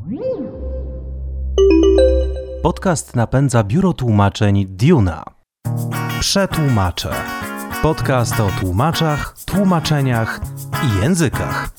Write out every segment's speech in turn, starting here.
Podcast napędza biuro tłumaczeń Duna. Przetłumacze. Podcast o tłumaczach, tłumaczeniach i językach.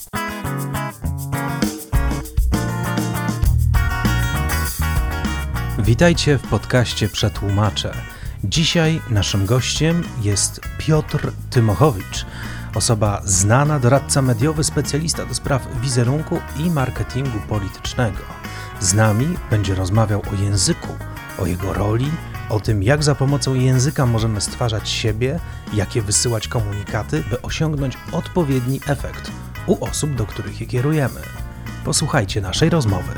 Witajcie w podcaście Przetłumacze. Dzisiaj naszym gościem jest Piotr Tymochowicz, osoba znana, doradca mediowy, specjalista do spraw wizerunku i marketingu politycznego. Z nami będzie rozmawiał o języku, o jego roli, o tym, jak za pomocą języka możemy stwarzać siebie, jakie wysyłać komunikaty, by osiągnąć odpowiedni efekt u osób, do których je kierujemy. Posłuchajcie naszej rozmowy.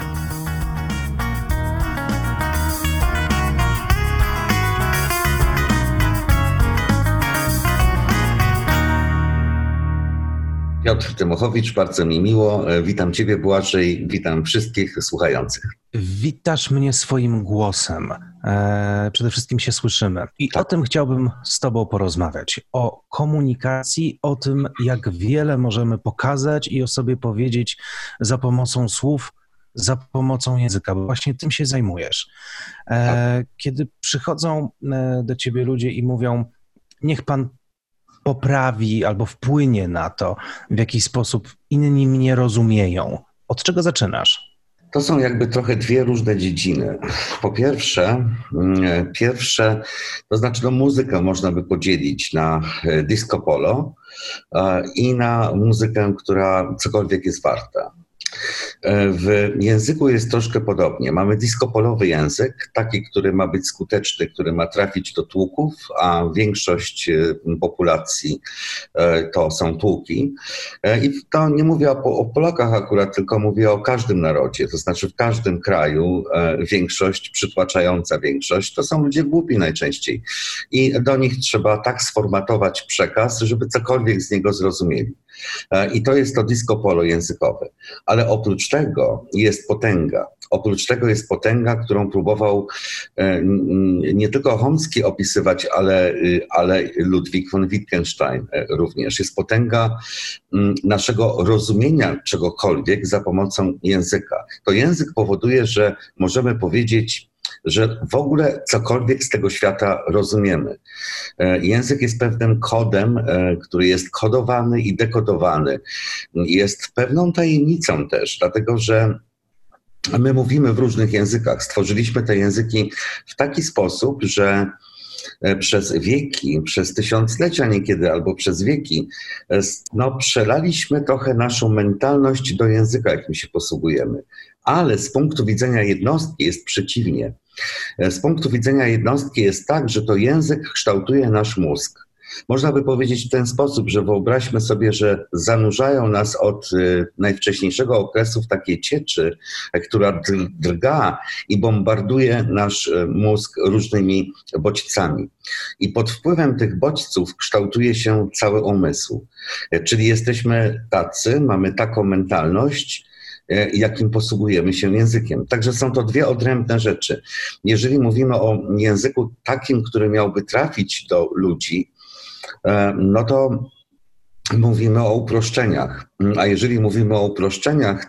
Piotr Tymochowicz, bardzo mi miło. Witam Ciebie, Błażej, witam wszystkich słuchających. Witasz mnie swoim głosem. Przede wszystkim się słyszymy. I tak. O tym chciałbym z Tobą porozmawiać. O komunikacji, o tym, jak wiele możemy pokazać i o sobie powiedzieć za pomocą słów, za pomocą języka, bo właśnie tym się zajmujesz. Tak. Kiedy przychodzą do Ciebie ludzie i mówią, niech Pan poprawi albo wpłynie na to, w jaki sposób inni mnie rozumieją. Od czego zaczynasz? To są jakby trochę dwie różne dziedziny. Po pierwsze, to znaczy muzykę można by podzielić na disco polo i na muzykę, która cokolwiek jest warta. W języku jest troszkę podobnie. Mamy disco-polowy język, taki, który ma być skuteczny, który ma trafić do tłuków, a większość populacji to są tłuki. I to nie mówię o Polakach akurat, tylko mówię o każdym narodzie. To znaczy w każdym kraju większość, przytłaczająca większość, to są ludzie głupi najczęściej. I do nich trzeba tak sformatować przekaz, żeby cokolwiek z niego zrozumieli. I to jest to disco polo językowe. Ale oprócz tego jest potęga. Oprócz tego jest potęga, którą próbował nie tylko Chomsky opisywać, ale Ludwik von Wittgenstein również. Jest potęga naszego rozumienia czegokolwiek za pomocą języka. To język powoduje, że możemy powiedzieć, że w ogóle cokolwiek z tego świata rozumiemy. Język jest pewnym kodem, który jest kodowany i dekodowany. Jest pewną tajemnicą też, dlatego że my mówimy w różnych językach. Stworzyliśmy te języki w taki sposób, że przez wieki, przez tysiąclecia niekiedy albo przez wieki przelaliśmy trochę naszą mentalność do języka, jakim się posługujemy. Ale z punktu widzenia jednostki jest przeciwnie. Z punktu widzenia jednostki jest tak, że to język kształtuje nasz mózg. Można by powiedzieć w ten sposób, że wyobraźmy sobie, że zanurzają nas od najwcześniejszego okresu w takiej cieczy, która drga i bombarduje nasz mózg różnymi bodźcami. I pod wpływem tych bodźców kształtuje się cały umysł. Czyli jesteśmy tacy, mamy taką mentalność, jakim posługujemy się językiem. Także są to dwie odrębne rzeczy. Jeżeli mówimy o języku takim, który miałby trafić do ludzi, no to mówimy o uproszczeniach. A jeżeli mówimy o uproszczeniach,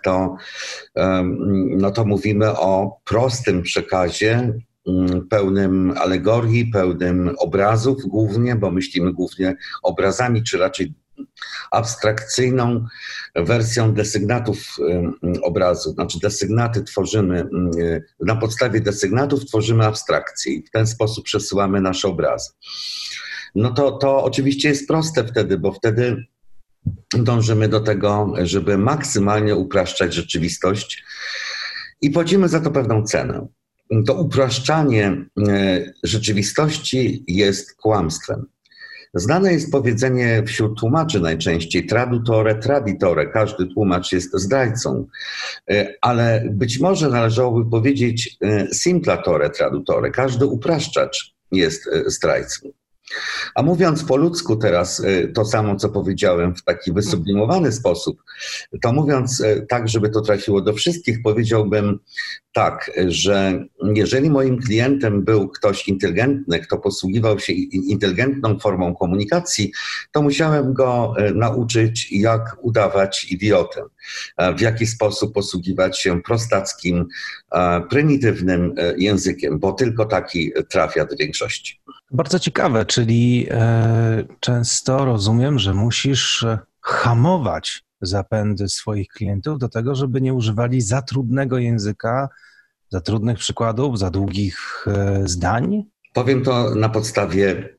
to mówimy o prostym przekazie, pełnym alegorii, pełnym obrazów głównie, bo myślimy głównie obrazami, czy raczej abstrakcyjną wersją desygnatów obrazu. Znaczy desygnaty tworzymy, na podstawie desygnatów tworzymy abstrakcje i w ten sposób przesyłamy nasze obrazy. No to oczywiście jest proste wtedy, bo wtedy dążymy do tego, żeby maksymalnie upraszczać rzeczywistość i płacimy za to pewną cenę. To upraszczanie rzeczywistości jest kłamstwem. Znane jest powiedzenie wśród tłumaczy najczęściej tradutore, traditore, każdy tłumacz jest zdrajcą, ale być może należałoby powiedzieć simplatore, tradutore, każdy upraszczacz jest zdrajcą. A mówiąc po ludzku teraz to samo, co powiedziałem w taki wysublimowany sposób, to mówiąc tak, żeby to trafiło do wszystkich, powiedziałbym, tak, że jeżeli moim klientem był ktoś inteligentny, kto posługiwał się inteligentną formą komunikacji, to musiałem go nauczyć, jak udawać idiotę, w jaki sposób posługiwać się prostackim, prymitywnym językiem, bo tylko taki trafia do większości. Bardzo ciekawe, czyli często rozumiem, że musisz hamować zapędy swoich klientów do tego, żeby nie używali za trudnego języka, za trudnych przykładów, za długich zdań? Powiem to na podstawie,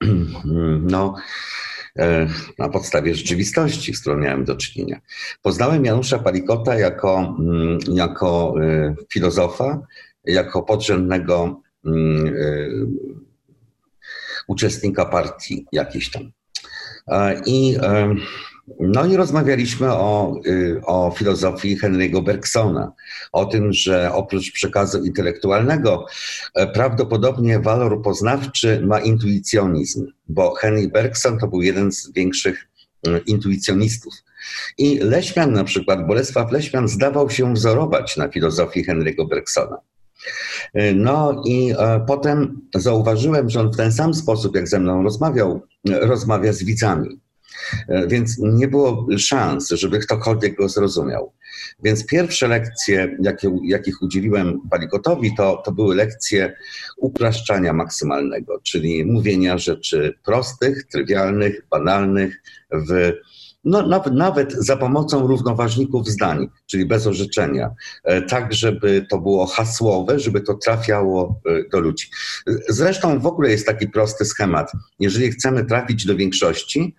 na podstawie rzeczywistości, z którą miałem do czynienia. Poznałem Janusza Palikota jako filozofa, jako podrzędnego uczestnika partii jakiejś tam. I rozmawialiśmy o filozofii Henry'ego Bergsona, o tym, że oprócz przekazu intelektualnego prawdopodobnie walor poznawczy ma intuicjonizm, bo Henry Bergson to był jeden z większych intuicjonistów. I Leśmian na przykład, Bolesław Leśmian zdawał się wzorować na filozofii Henry'ego Bergsona. No i potem zauważyłem, że on w ten sam sposób, jak ze mną rozmawia z widzami. Więc nie było szans, żeby ktokolwiek go zrozumiał. Więc pierwsze lekcje, jakich udzieliłem Palikotowi, to były lekcje upraszczania maksymalnego, czyli mówienia rzeczy prostych, trywialnych, banalnych, nawet za pomocą równoważników zdań, czyli bez orzeczenia, tak żeby to było hasłowe, żeby to trafiało do ludzi. Zresztą w ogóle jest taki prosty schemat. Jeżeli chcemy trafić do większości,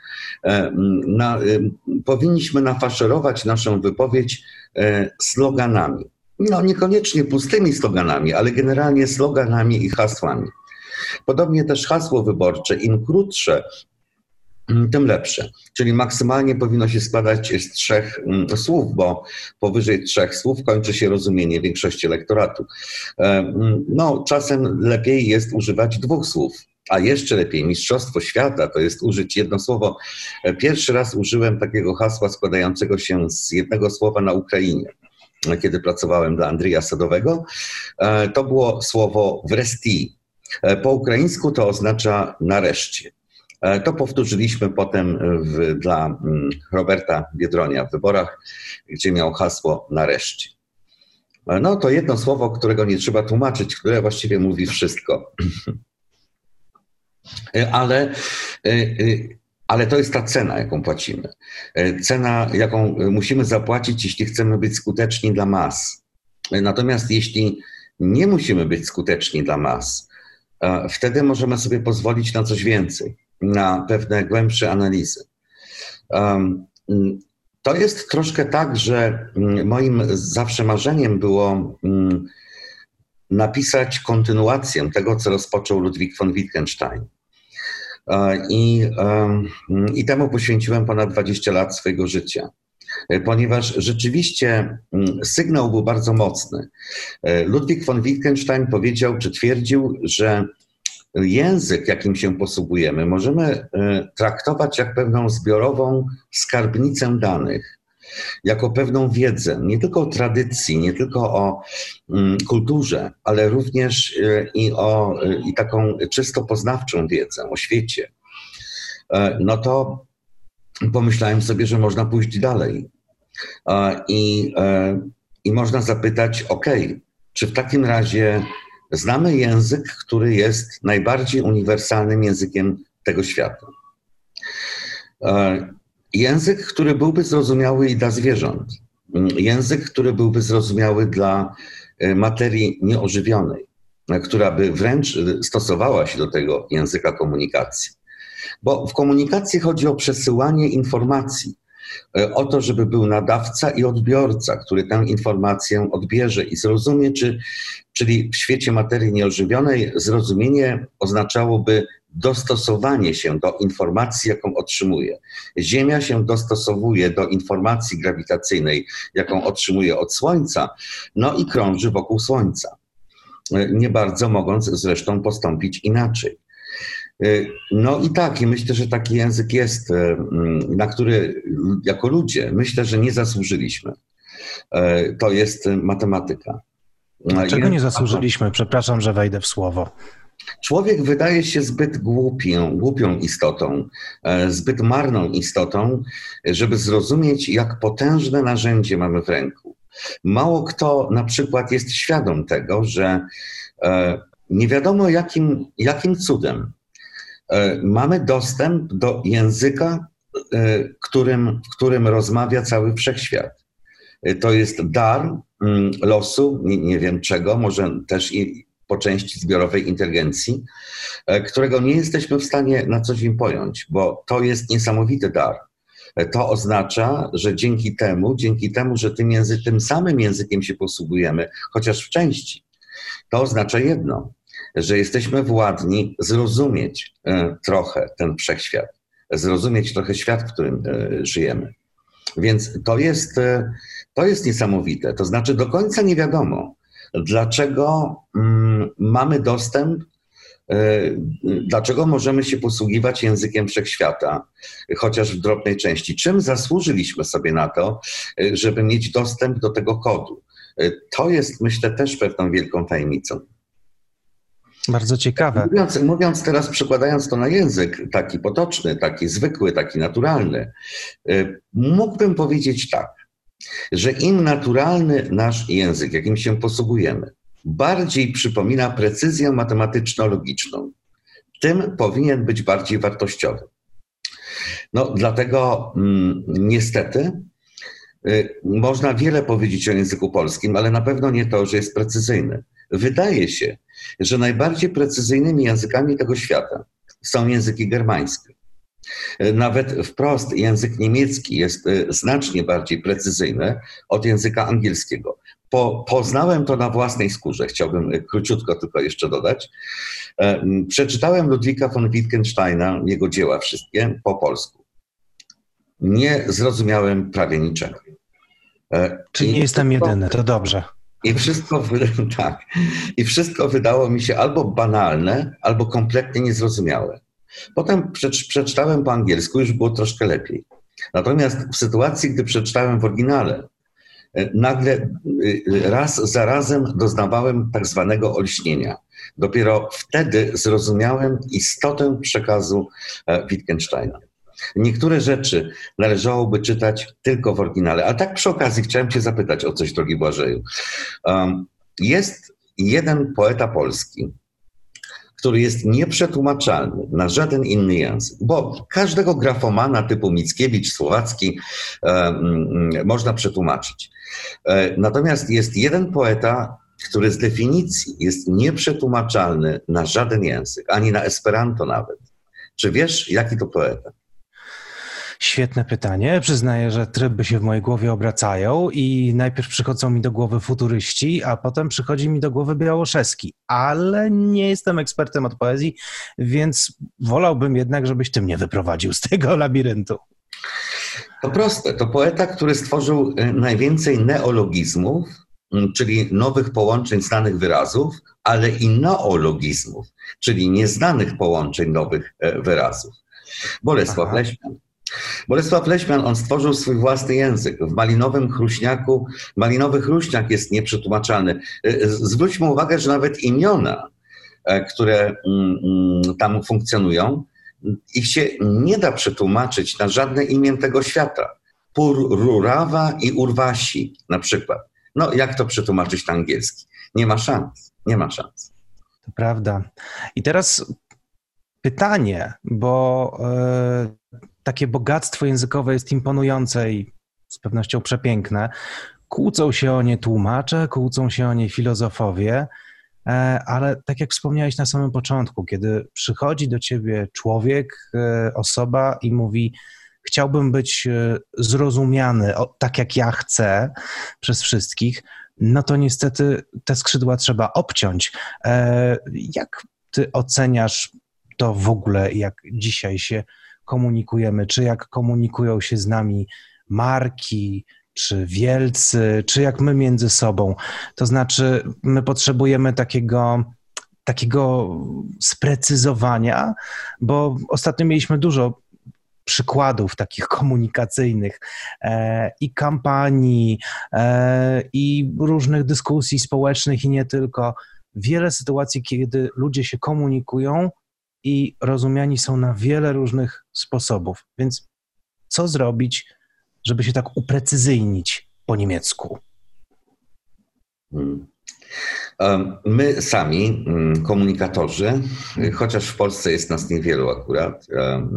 powinniśmy nafaszerować naszą wypowiedź sloganami. No niekoniecznie pustymi sloganami, ale generalnie sloganami i hasłami. Podobnie też hasło wyborcze, im krótsze, tym lepsze. Czyli maksymalnie powinno się składać z 3 słów, bo powyżej 3 słów kończy się rozumienie większości elektoratu. No, czasem lepiej jest używać 2 słów, a jeszcze lepiej mistrzostwo świata to jest użyć jedno słowo. Pierwszy raz użyłem takiego hasła składającego się z jednego słowa na Ukrainie. Kiedy pracowałem dla Andrija Sadowego, to było słowo wresti. Po ukraińsku to oznacza nareszcie. To powtórzyliśmy potem dla Roberta Biedronia w wyborach, gdzie miał hasło nareszcie. No to jedno słowo, którego nie trzeba tłumaczyć, które właściwie mówi wszystko. Ale to jest ta cena, jaką płacimy. Cena, jaką musimy zapłacić, jeśli chcemy być skuteczni dla mas. Natomiast jeśli nie musimy być skuteczni dla mas, wtedy możemy sobie pozwolić na coś więcej, na pewne głębsze analizy. To jest troszkę tak, że moim zawsze marzeniem było napisać kontynuację tego, co rozpoczął Ludwig von Wittgenstein. I temu poświęciłem ponad 20 lat swojego życia, ponieważ rzeczywiście sygnał był bardzo mocny. Ludwig von Wittgenstein powiedział, czy twierdził, że język, jakim się posługujemy, możemy traktować jak pewną zbiorową skarbnicę danych, jako pewną wiedzę, nie tylko o tradycji, nie tylko o kulturze, ale również i taką czysto poznawczą wiedzę o świecie. No to pomyślałem sobie, że można pójść dalej. I można zapytać, czy w takim razie znamy język, który jest najbardziej uniwersalnym językiem tego świata? Język, który byłby zrozumiały i dla zwierząt. Język, który byłby zrozumiały dla materii nieożywionej, która by wręcz stosowała się do tego języka komunikacji. Bo w komunikacji chodzi o przesyłanie informacji, o to, żeby był nadawca i odbiorca, który tę informację odbierze i zrozumie, czyli w świecie materii nieożywionej zrozumienie oznaczałoby dostosowanie się do informacji, jaką otrzymuje. Ziemia się dostosowuje do informacji grawitacyjnej, jaką otrzymuje od Słońca, no i krąży wokół Słońca, nie bardzo mogąc zresztą postąpić inaczej. No i tak, i myślę, że taki język jest, na który jako ludzie myślę, że nie zasłużyliśmy. To jest matematyka. Dlaczego nie zasłużyliśmy? Przepraszam, że wejdę w słowo. Człowiek wydaje się zbyt głupią istotą, zbyt marną istotą, żeby zrozumieć, jak potężne narzędzie mamy w ręku. Mało kto na przykład jest świadom tego, że nie wiadomo jakim cudem mamy dostęp do języka, w którym rozmawia cały wszechświat. To jest dar losu, nie wiem czego, może też i po części zbiorowej inteligencji, którego nie jesteśmy w stanie na co dzień pojąć, bo to jest niesamowity dar. To oznacza, że dzięki temu, że tym samym językiem się posługujemy, chociaż w części, to oznacza jedno, że jesteśmy władni zrozumieć trochę ten wszechświat, zrozumieć trochę świat, w którym żyjemy. Więc to jest niesamowite. To znaczy do końca nie wiadomo, dlaczego mamy dostęp, dlaczego możemy się posługiwać językiem wszechświata, chociaż w drobnej części. Czym zasłużyliśmy sobie na to, żeby mieć dostęp do tego kodu? To jest, myślę, też pewną wielką tajemnicą. Bardzo ciekawe. Mówiąc teraz, przekładając to na język taki potoczny, taki zwykły, taki naturalny, mógłbym powiedzieć tak, że im naturalny nasz język, jakim się posługujemy, bardziej przypomina precyzję matematyczno-logiczną, tym powinien być bardziej wartościowy. No, dlatego niestety można wiele powiedzieć o języku polskim, ale na pewno nie to, że jest precyzyjny. Wydaje się, że najbardziej precyzyjnymi językami tego świata są języki germańskie. Nawet wprost język niemiecki jest znacznie bardziej precyzyjny od języka angielskiego. Poznałem to na własnej skórze, chciałbym króciutko tylko jeszcze dodać. Przeczytałem Ludwika von Wittgensteina, jego dzieła wszystkie po polsku. Nie zrozumiałem prawie niczego. Czyli nie jestem jedyny, to dobrze. I wszystko wydało mi się albo banalne, albo kompletnie niezrozumiałe. Potem przeczytałem po angielsku, już było troszkę lepiej. Natomiast w sytuacji, gdy przeczytałem w oryginale, nagle raz za razem doznawałem tak zwanego olśnienia. Dopiero wtedy zrozumiałem istotę przekazu Wittgensteina. Niektóre rzeczy należałoby czytać tylko w oryginale. A tak przy okazji chciałem cię zapytać o coś, drogi Błażeju. Jest jeden poeta polski, który jest nieprzetłumaczalny na żaden inny język, bo każdego grafomana typu Mickiewicz, Słowacki można przetłumaczyć. Natomiast jest jeden poeta, który z definicji jest nieprzetłumaczalny na żaden język, ani na Esperanto nawet. Czy wiesz, jaki to poeta? Świetne pytanie. Przyznaję, że tryby się w mojej głowie obracają i najpierw przychodzą mi do głowy futuryści, a potem przychodzi mi do głowy Białoszewski. Ale nie jestem ekspertem od poezji, więc wolałbym jednak, żebyś ty mnie wyprowadził z tego labiryntu. To proste. To poeta, który stworzył najwięcej neologizmów, czyli nowych połączeń znanych wyrazów, ale i noologizmów, czyli nieznanych połączeń nowych wyrazów. Bolesław Leśmian. Bolesław Leśmian, on stworzył swój własny język. W Malinowym Chruśniaku, Malinowy Chruśniak jest nieprzetłumaczalny. Zwróćmy uwagę, że nawet imiona, które tam funkcjonują, ich się nie da przetłumaczyć na żadne imię tego świata. Pururawa i Urwasi na przykład. No jak to przetłumaczyć na angielski? Nie ma szans, nie ma szans. To prawda. I teraz pytanie, bo takie bogactwo językowe jest imponujące i z pewnością przepiękne. Kłócą się o nie tłumacze, kłócą się o nie filozofowie, ale tak jak wspomniałeś na samym początku, kiedy przychodzi do ciebie człowiek, osoba i mówi: chciałbym być zrozumiany tak, jak ja chcę przez wszystkich, no to niestety te skrzydła trzeba obciąć. Jak ty oceniasz to w ogóle, jak dzisiaj się komunikujemy? Czy jak komunikują się z nami marki, czy wielcy, czy jak my między sobą? To znaczy, my potrzebujemy takiego sprecyzowania, bo ostatnio mieliśmy dużo przykładów takich komunikacyjnych i kampanii, i różnych dyskusji społecznych i nie tylko. Wiele sytuacji, kiedy ludzie się komunikują i rozumiani są na wiele różnych sposobów. Więc co zrobić, żeby się tak uprecyzyjnić po niemiecku? My sami, komunikatorzy, chociaż w Polsce jest nas niewielu akurat,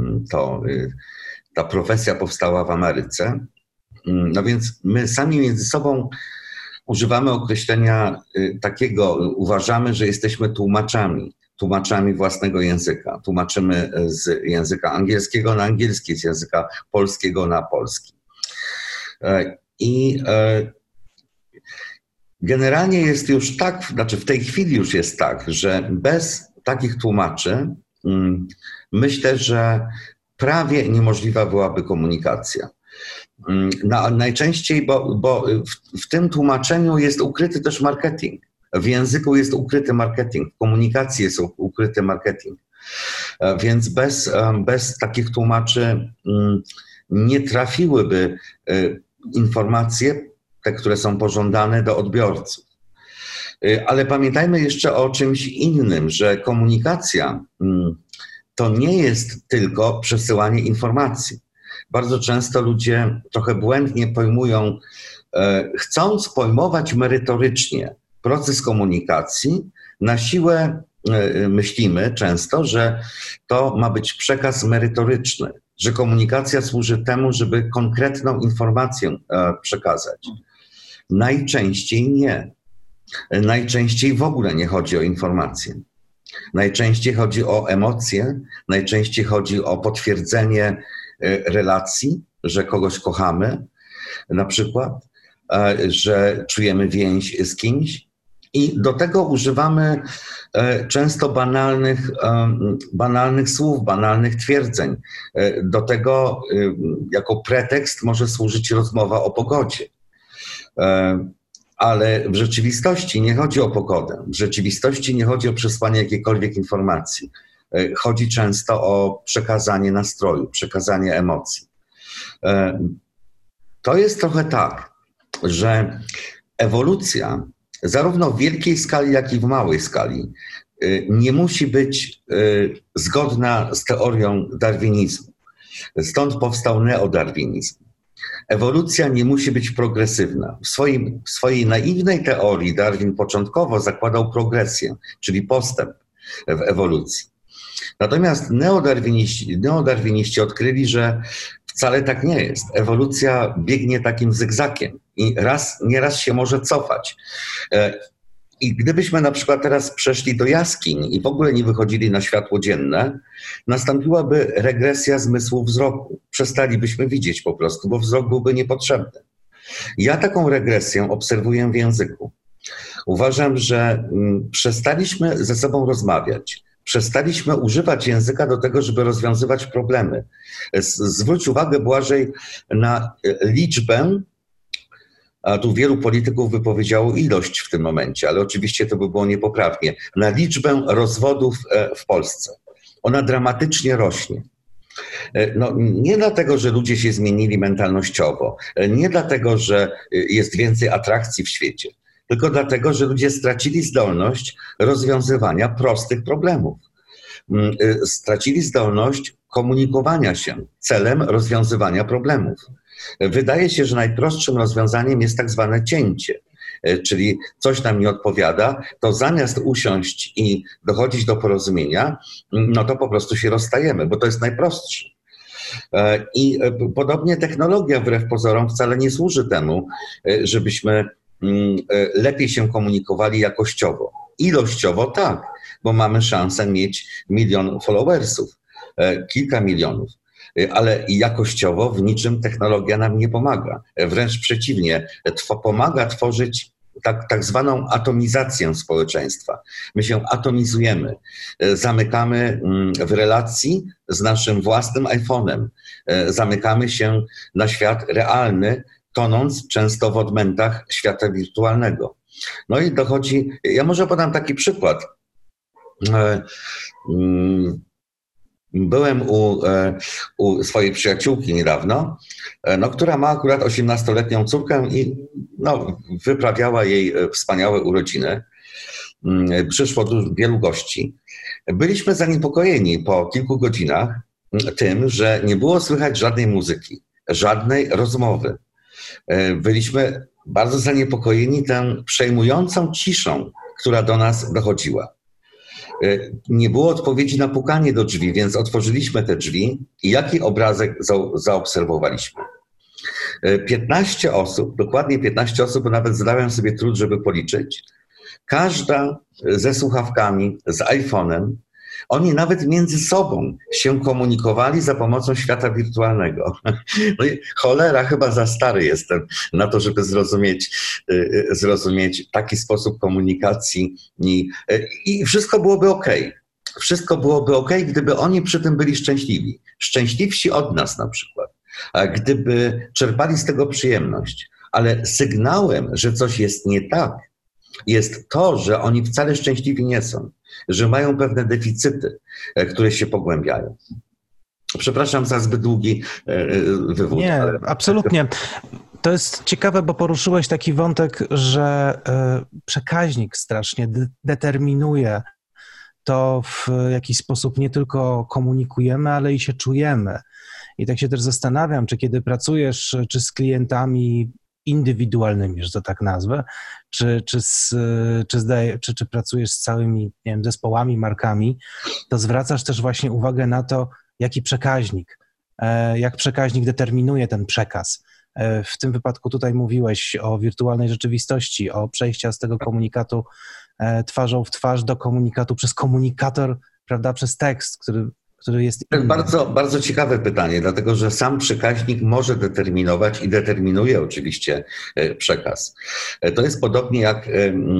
ta profesja powstała w Ameryce, no więc my sami między sobą używamy określenia takiego, uważamy, że jesteśmy tłumaczami własnego języka. Tłumaczymy z języka angielskiego na angielski, z języka polskiego na polski. I generalnie jest już tak, znaczy w tej chwili już jest tak, że bez takich tłumaczy myślę, że prawie niemożliwa byłaby komunikacja. Najczęściej, bo w tym tłumaczeniu jest ukryty też marketing. W języku jest ukryty marketing, w komunikacji jest ukryty marketing. Więc bez takich tłumaczy nie trafiłyby informacje, te, które są pożądane, do odbiorców. Ale pamiętajmy jeszcze o czymś innym, że komunikacja to nie jest tylko przesyłanie informacji. Bardzo często ludzie trochę błędnie pojmują, chcąc pojmować merytorycznie proces komunikacji, na siłę myślimy często, że to ma być przekaz merytoryczny, że komunikacja służy temu, żeby konkretną informację przekazać. Najczęściej nie. Najczęściej w ogóle nie chodzi o informacje. Najczęściej chodzi o emocje, najczęściej chodzi o potwierdzenie relacji, że kogoś kochamy, na przykład, że czujemy więź z kimś. I do tego używamy często banalnych słów, banalnych twierdzeń. Do tego jako pretekst może służyć rozmowa o pogodzie. Ale w rzeczywistości nie chodzi o pogodę. W rzeczywistości nie chodzi o przesłanie jakiejkolwiek informacji. Chodzi często o przekazanie nastroju, przekazanie emocji. To jest trochę tak, że ewolucja zarówno w wielkiej skali, jak i w małej skali nie musi być zgodna z teorią darwinizmu. Stąd powstał neodarwinizm. Ewolucja nie musi być progresywna. W swojej naiwnej teorii Darwin początkowo zakładał progresję, czyli postęp w ewolucji. Natomiast neodarwiniści odkryli, że wcale tak nie jest. Ewolucja biegnie takim zygzakiem i nieraz się może cofać. I gdybyśmy na przykład teraz przeszli do jaskiń i w ogóle nie wychodzili na światło dzienne, nastąpiłaby regresja zmysłu wzroku. Przestalibyśmy widzieć po prostu, bo wzrok byłby niepotrzebny. Ja taką regresję obserwuję w języku. Uważam, że przestaliśmy ze sobą rozmawiać. Przestaliśmy używać języka do tego, żeby rozwiązywać problemy. Zwróć uwagę, Błażej, na liczbę, a tu wielu polityków wypowiedziało ilość w tym momencie, ale oczywiście to by było niepoprawnie, na liczbę rozwodów w Polsce. Ona dramatycznie rośnie. No, nie dlatego, że ludzie się zmienili mentalnościowo, nie dlatego, że jest więcej atrakcji w świecie, tylko dlatego, że ludzie stracili zdolność rozwiązywania prostych problemów. Stracili zdolność komunikowania się celem rozwiązywania problemów. Wydaje się, że najprostszym rozwiązaniem jest tak zwane cięcie, czyli coś nam nie odpowiada, to zamiast usiąść i dochodzić do porozumienia, no to po prostu się rozstajemy, bo to jest najprostsze. I podobnie technologia wbrew pozorom wcale nie służy temu, żebyśmy lepiej się komunikowali jakościowo. Ilościowo tak, bo mamy szansę mieć 1 000 000 followersów, kilka milionów. Ale jakościowo w niczym technologia nam nie pomaga. Wręcz przeciwnie, pomaga tworzyć tak zwaną atomizację społeczeństwa. My się atomizujemy, zamykamy w relacji z naszym własnym iPhone'em, zamykamy się na świat realny, tonąc często w odmętach świata wirtualnego. No i dochodzi, ja może podam taki przykład. Byłem u swojej przyjaciółki niedawno, która ma akurat 18-letnią córkę i wyprawiała jej wspaniałe urodziny. Przyszło wielu gości. Byliśmy zaniepokojeni po kilku godzinach tym, że nie było słychać żadnej muzyki, żadnej rozmowy. Byliśmy bardzo zaniepokojeni tą przejmującą ciszą, która do nas dochodziła. Nie było odpowiedzi na pukanie do drzwi, więc otworzyliśmy te drzwi i jaki obrazek zaobserwowaliśmy? 15 osób, dokładnie 15 osób, bo nawet zadałem sobie trud, żeby policzyć. Każda ze słuchawkami, z iPhone'em. Oni nawet między sobą się komunikowali za pomocą świata wirtualnego. No i cholera, chyba za stary jestem na to, żeby zrozumieć taki sposób komunikacji. I wszystko byłoby okej. Wszystko byłoby okej, gdyby oni przy tym byli szczęśliwi. Szczęśliwsi od nas na przykład. A gdyby czerpali z tego przyjemność. Ale sygnałem, że coś jest nie tak, jest to, że oni wcale szczęśliwi nie są, że mają pewne deficyty, które się pogłębiają. Przepraszam za zbyt długi wywód. Nie, absolutnie. To jest ciekawe, bo poruszyłeś taki wątek, że przekaźnik strasznie determinuje to, w jaki sposób nie tylko komunikujemy, ale i się czujemy. I tak się też zastanawiam, czy kiedy pracujesz czy z klientami indywidualnymi, że to tak nazwę, czy pracujesz z całymi, nie wiem, zespołami, markami, to zwracasz też właśnie uwagę na to, jak przekaźnik determinuje ten przekaz. W tym wypadku tutaj mówiłeś o wirtualnej rzeczywistości, o przejścia z tego komunikatu twarzą w twarz do komunikatu przez komunikator, prawda, przez tekst, który jest inny. Bardzo, bardzo ciekawe pytanie, dlatego że sam przekaźnik może determinować i determinuje oczywiście przekaz. To jest podobnie jak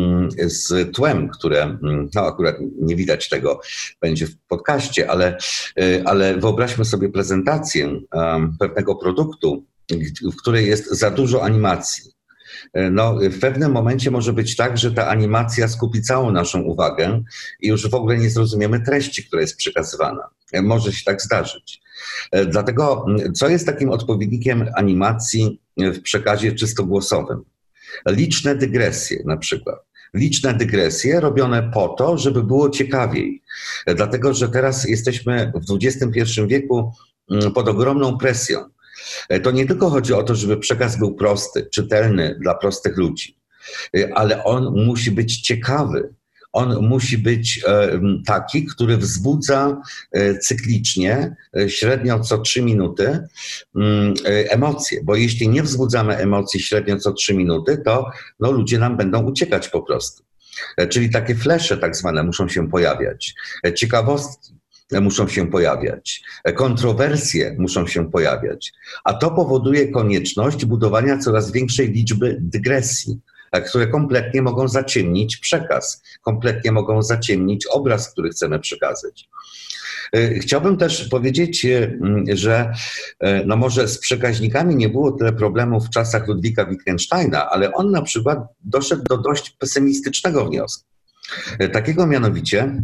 z tłem, które, akurat nie widać tego, będzie w podcaście, ale wyobraźmy sobie prezentację pewnego produktu, w której jest za dużo animacji. W pewnym momencie może być tak, że ta animacja skupi całą naszą uwagę i już w ogóle nie zrozumiemy treści, która jest przekazywana. Może się tak zdarzyć. Dlatego, co jest takim odpowiednikiem animacji w przekazie czysto głosowym? Liczne dygresje na przykład. Liczne dygresje robione po to, żeby było ciekawiej. Dlatego, że teraz jesteśmy w XXI wieku pod ogromną presją. To nie tylko chodzi o to, żeby przekaz był prosty, czytelny dla prostych ludzi, ale on musi być ciekawy. On musi być taki, który wzbudza cyklicznie, średnio co 3 minuty, emocje. Bo jeśli nie wzbudzamy emocji średnio co 3 minuty, to ludzie nam będą uciekać po prostu. Czyli takie flesze tak zwane muszą się pojawiać. Ciekawostki muszą się pojawiać, kontrowersje muszą się pojawiać, a to powoduje konieczność budowania coraz większej liczby dygresji, które kompletnie mogą zaciemnić przekaz, kompletnie mogą zaciemnić obraz, który chcemy przekazać. Chciałbym też powiedzieć, że może z przekaźnikami nie było tyle problemów w czasach Ludwika Wittgensteina, ale on na przykład doszedł do dość pesymistycznego wniosku. Takiego mianowicie,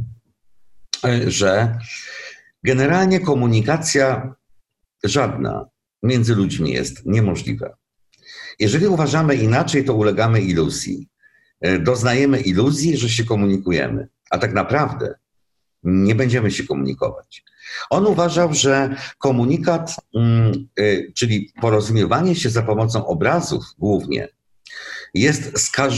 że generalnie komunikacja żadna między ludźmi jest niemożliwa. Jeżeli uważamy inaczej, to ulegamy iluzji. Doznajemy iluzji, że się komunikujemy, a tak naprawdę nie będziemy się komunikować. On uważał, że komunikat, czyli porozumiewanie się za pomocą obrazów głównie, jest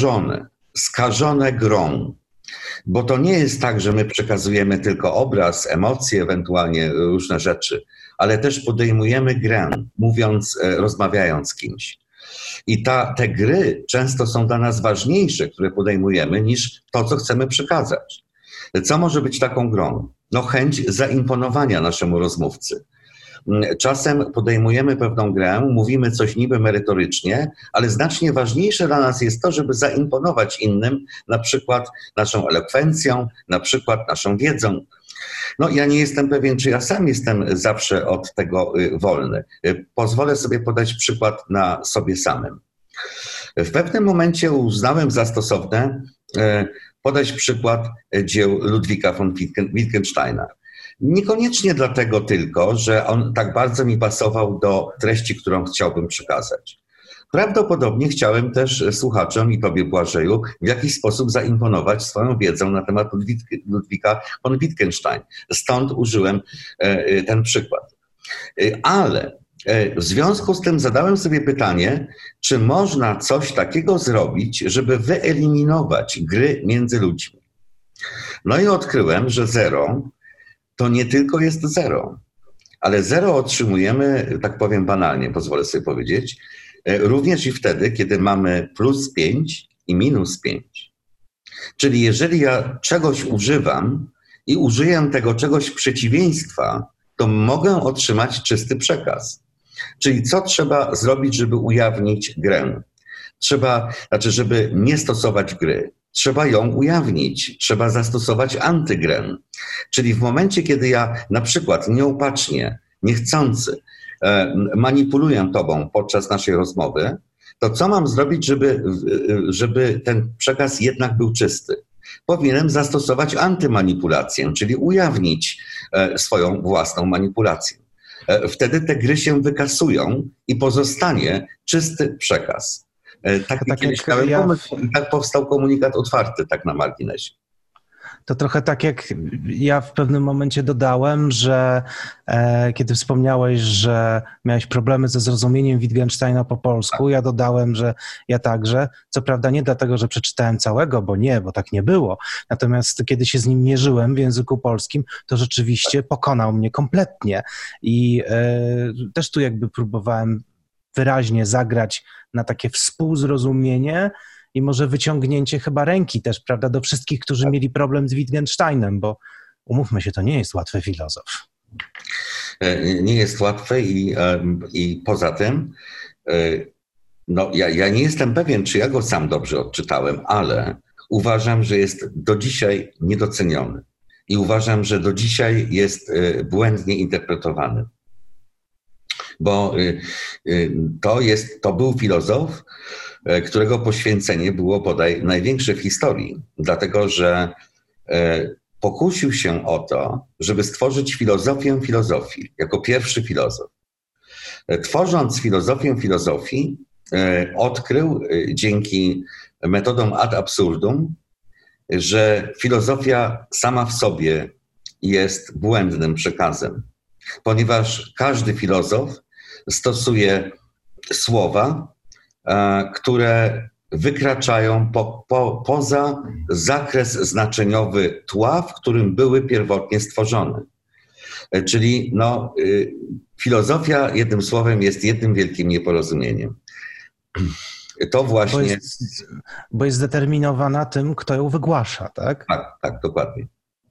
skażone grą. Bo to nie jest tak, że my przekazujemy tylko obraz, emocje, ewentualnie różne rzeczy, ale też podejmujemy grę, rozmawiając z kimś. I te gry często są dla nas ważniejsze, które podejmujemy, niż to, co chcemy przekazać. Co może być taką grą? Chęć zaimponowania naszemu rozmówcy. Czasem podejmujemy pewną grę, mówimy coś niby merytorycznie, ale znacznie ważniejsze dla nas jest to, żeby zaimponować innym, na przykład naszą elokwencją, na przykład naszą wiedzą. Ja nie jestem pewien, czy ja sam jestem zawsze od tego wolny. Pozwolę sobie podać przykład na sobie samym. W pewnym momencie uznałem za stosowne podać przykład dzieł Ludwika von Wittgensteina. Niekoniecznie dlatego tylko, że on tak bardzo mi pasował do treści, którą chciałbym przekazać. Prawdopodobnie chciałem też słuchaczom i tobie, Błażeju, w jakiś sposób zaimponować swoją wiedzą na temat Ludwika von Wittgenstein. Stąd użyłem ten przykład. Ale w związku z tym zadałem sobie pytanie, czy można coś takiego zrobić, żeby wyeliminować gry między ludźmi. No i odkryłem, że zero to nie tylko jest zero, ale zero otrzymujemy, tak powiem banalnie, pozwolę sobie powiedzieć, również i wtedy, kiedy mamy plus 5 i minus 5. Czyli jeżeli ja czegoś używam i użyję tego czegoś przeciwieństwa, to mogę otrzymać czysty przekaz. Czyli co trzeba zrobić, żeby ujawnić grę? Żeby nie stosować gry, trzeba ją ujawnić, trzeba zastosować antygrę. Czyli w momencie, kiedy ja na przykład nieopatrznie, niechcący manipuluję tobą podczas naszej rozmowy, to co mam zrobić, żeby ten przekaz jednak był czysty? Powinienem zastosować antymanipulację, czyli ujawnić swoją własną manipulację. Wtedy te gry się wykasują i pozostanie czysty przekaz. Tak kiedyś miałem pomysł i tak powstał komunikat otwarty, tak na marginesie. To trochę tak jak ja w pewnym momencie dodałem, że kiedy wspomniałeś, że miałeś problemy ze zrozumieniem Wittgensteina po polsku, ja dodałem, że ja także, co prawda nie dlatego, że przeczytałem całego, bo tak nie było, natomiast kiedy się z nim mierzyłem w języku polskim, to rzeczywiście pokonał mnie kompletnie i też tu jakby próbowałem wyraźnie zagrać na takie współzrozumienie i może wyciągnięcie chyba ręki też, prawda, do wszystkich, którzy mieli problem z Wittgensteinem, bo umówmy się, to nie jest łatwy filozof. Nie jest łatwy i poza tym, no ja nie jestem pewien, czy ja go sam dobrze odczytałem, ale uważam, że jest do dzisiaj niedoceniony i uważam, że do dzisiaj jest błędnie interpretowany. Bo to był filozof, którego poświęcenie było bodaj największe w historii, dlatego że pokusił się o to, żeby stworzyć filozofię filozofii, jako pierwszy filozof. Tworząc filozofię filozofii, odkrył dzięki metodom ad absurdum, że filozofia sama w sobie jest błędnym przekazem, ponieważ każdy filozof stosuje słowa, które wykraczają poza zakres znaczeniowy tła, w którym były pierwotnie stworzone. Czyli filozofia, jednym słowem, jest jednym wielkim nieporozumieniem. To właśnie... Bo jest zdeterminowana tym, kto ją wygłasza, tak? Tak, dokładnie.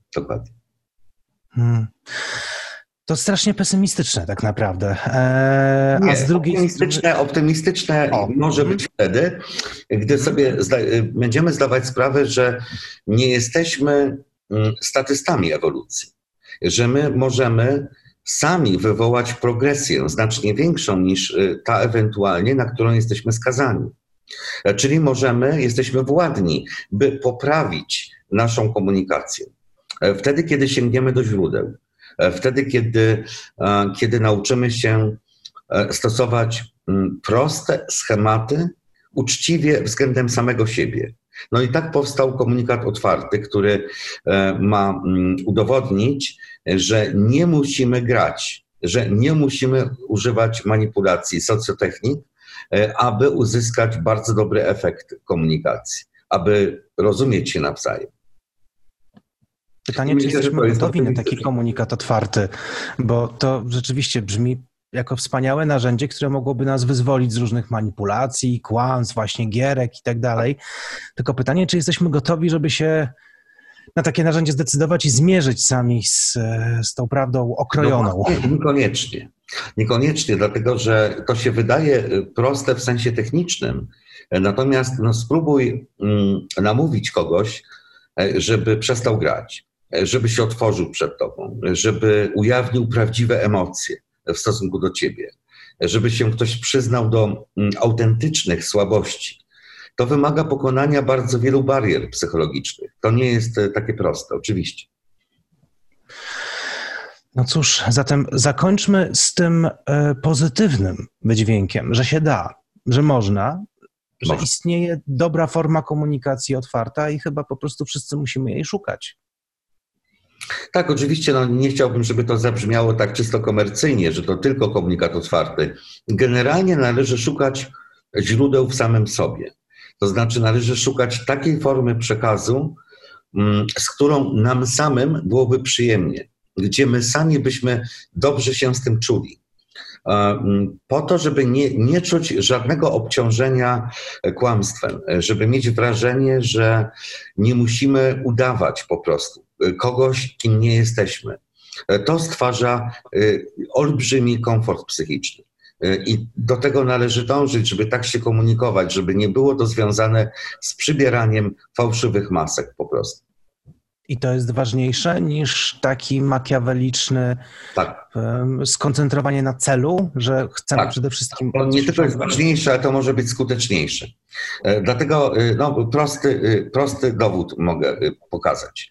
To strasznie pesymistyczne tak naprawdę. A z drugiej optymistyczne może być wtedy, gdy sobie będziemy zdawać sprawę, że nie jesteśmy statystami ewolucji, że my możemy sami wywołać progresję znacznie większą niż ta ewentualnie, na którą jesteśmy skazani. Czyli jesteśmy władni, by poprawić naszą komunikację. Wtedy, kiedy sięgniemy do źródeł. Wtedy, kiedy nauczymy się stosować proste schematy, uczciwie względem samego siebie. No i tak powstał komunikat otwarty, który ma udowodnić, że nie musimy grać, że nie musimy używać manipulacji, socjotechnik, aby uzyskać bardzo dobry efekt komunikacji, aby rozumieć się nawzajem. Pytanie, czy jesteśmy gotowi na taki komunikat otwarty, bo to rzeczywiście brzmi jako wspaniałe narzędzie, które mogłoby nas wyzwolić z różnych manipulacji, kłamstw, właśnie gierek i tak dalej. Tylko pytanie, czy jesteśmy gotowi, żeby się na takie narzędzie zdecydować i zmierzyć sami z tą prawdą okrojoną? No, niekoniecznie. Niekoniecznie, dlatego że to się wydaje proste w sensie technicznym. Natomiast spróbuj namówić kogoś, żeby przestał grać, żeby się otworzył przed tobą, żeby ujawnił prawdziwe emocje w stosunku do ciebie, żeby się ktoś przyznał do autentycznych słabości. To wymaga pokonania bardzo wielu barier psychologicznych. To nie jest takie proste, oczywiście. No cóż, zatem zakończmy z tym pozytywnym wydźwiękiem, że się da, że można, że istnieje dobra forma komunikacji otwarta i chyba po prostu wszyscy musimy jej szukać. Tak, oczywiście, nie chciałbym, żeby to zabrzmiało tak czysto komercyjnie, że to tylko komunikat otwarty. Generalnie należy szukać źródeł w samym sobie. To znaczy należy szukać takiej formy przekazu, z którą nam samym byłoby przyjemnie, gdzie my sami byśmy dobrze się z tym czuli. Po to, żeby nie czuć żadnego obciążenia kłamstwem, żeby mieć wrażenie, że nie musimy udawać po prostu kogoś, kim nie jesteśmy. To stwarza olbrzymi komfort psychiczny. I do tego należy dążyć, żeby tak się komunikować, żeby nie było to związane z przybieraniem fałszywych masek po prostu. I to jest ważniejsze niż taki makiaweliczny skoncentrowanie na celu, że chcemy przede wszystkim... To nie tylko jest ważniejsze, ale to może być skuteczniejsze. Dlatego prosty dowód mogę pokazać.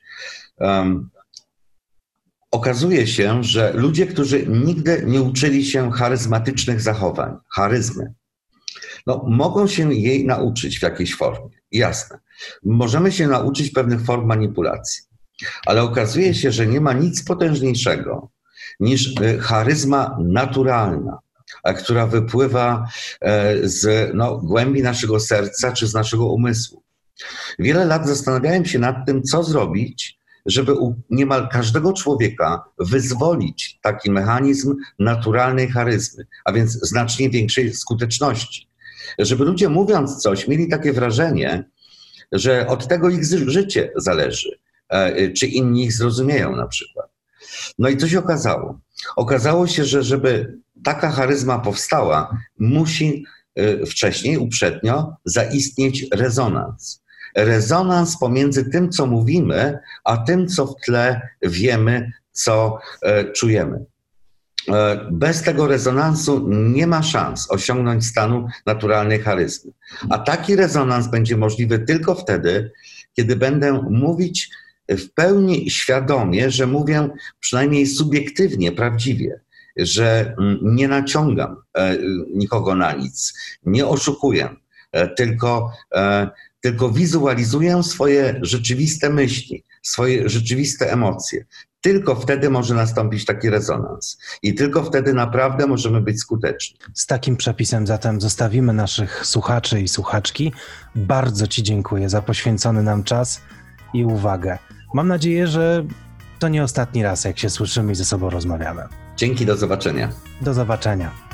Okazuje się, że ludzie, którzy nigdy nie uczyli się charyzmatycznych zachowań, charyzmy, mogą się jej nauczyć w jakiejś formie. Jasne. Możemy się nauczyć pewnych form manipulacji, ale okazuje się, że nie ma nic potężniejszego niż charyzma naturalna, która wypływa z głębi naszego serca czy z naszego umysłu. Wiele lat zastanawiałem się nad tym, co zrobić, żeby u niemal każdego człowieka wyzwolić taki mechanizm naturalnej charyzmy, a więc znacznie większej skuteczności. Żeby ludzie, mówiąc coś, mieli takie wrażenie, że od tego ich życie zależy, czy inni ich zrozumieją na przykład. No i co się okazało? Okazało się, że żeby taka charyzma powstała, musi wcześniej, uprzednio zaistnieć rezonans. Rezonans pomiędzy tym, co mówimy, a tym, co w tle wiemy, co czujemy. Bez tego rezonansu nie ma szans osiągnąć stanu naturalnej charyzmy. A taki rezonans będzie możliwy tylko wtedy, kiedy będę mówić w pełni świadomie, że mówię przynajmniej subiektywnie, prawdziwie, że nie naciągam nikogo na nic, nie oszukuję, tylko wizualizuję swoje rzeczywiste myśli, swoje rzeczywiste emocje. Tylko wtedy może nastąpić taki rezonans i tylko wtedy naprawdę możemy być skuteczni. Z takim przepisem zatem zostawimy naszych słuchaczy i słuchaczki. Bardzo Ci dziękuję za poświęcony nam czas i uwagę. Mam nadzieję, że to nie ostatni raz, jak się słyszymy i ze sobą rozmawiamy. Dzięki, do zobaczenia. Do zobaczenia.